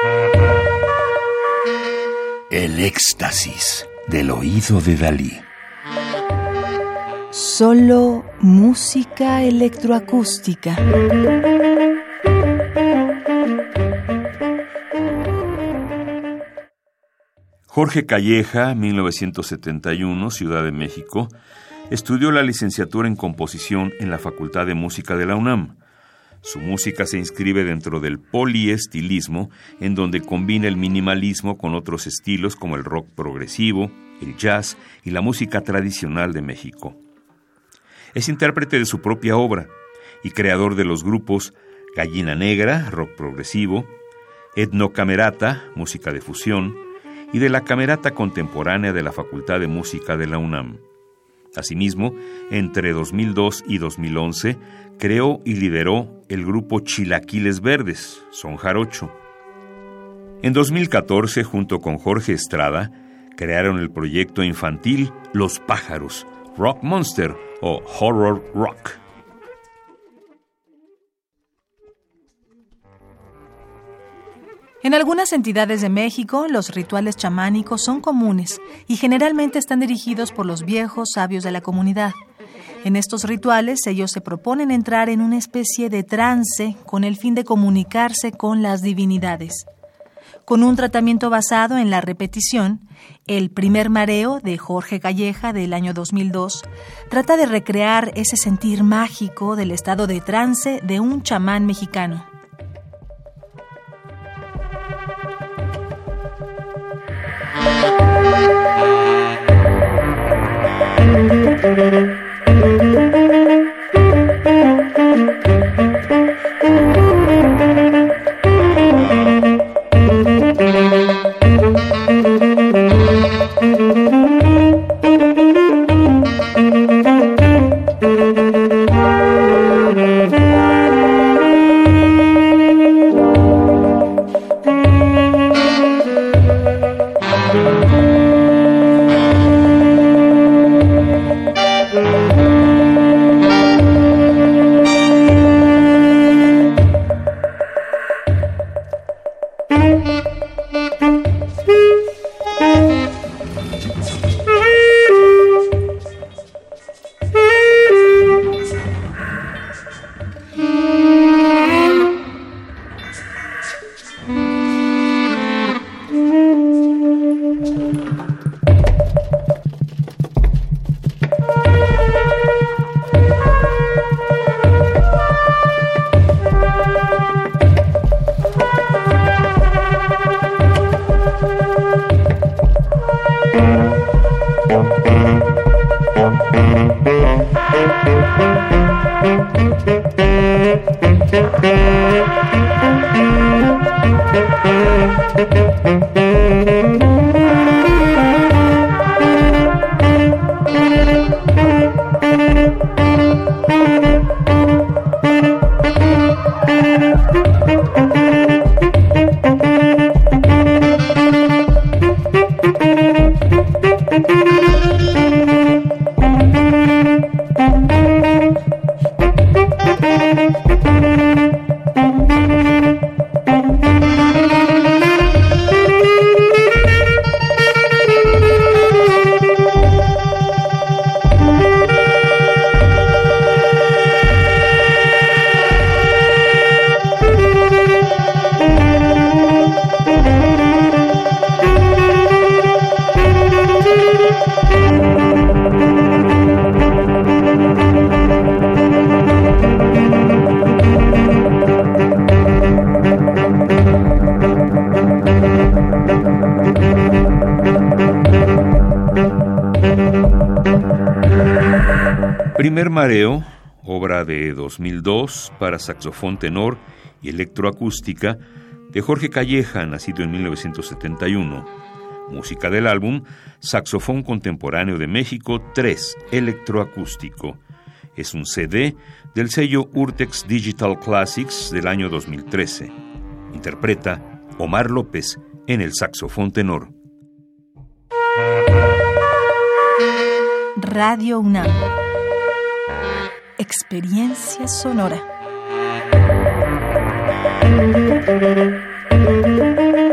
El éxtasis del oído de Dalí. Solo música electroacústica. Jorge Calleja, 1971, Ciudad de México, estudió la licenciatura en composición en la Facultad de Música de la UNAM. Su música se inscribe dentro del poliestilismo, en donde combina el minimalismo con otros estilos como el rock progresivo, el jazz y la música tradicional de México. Es intérprete de su propia obra y creador de los grupos Gallina Negra, rock progresivo, Etnocamerata, música de fusión, y de la Camerata Contemporánea de la Facultad de Música de la UNAM. Asimismo, entre 2002 y 2011, creó y lideró el grupo Chilaquiles Verdes, son jarocho. En 2014, junto con Jorge Estrada, crearon el proyecto infantil Los Pájaros, Rock Monster o Horror Rock. En algunas entidades de México, los rituales chamánicos son comunes y generalmente están dirigidos por los viejos sabios de la comunidad. En estos rituales, ellos se proponen entrar en una especie de trance con el fin de comunicarse con las divinidades. Con un tratamiento basado en la repetición, El primer mareo de Jorge Calleja del año 2002 trata de recrear ese sentir mágico del estado de trance de un chamán mexicano. Primer mareo, obra de 2002 para saxofón tenor y electroacústica de Jorge Calleja, nacido en 1971. Música del álbum Saxofón Contemporáneo de México 3, electroacústico. Es un CD del sello Urtex Digital Classics del año 2013. Interpreta Omar López en el saxofón tenor. Radio UNAM. Experiencia sonora.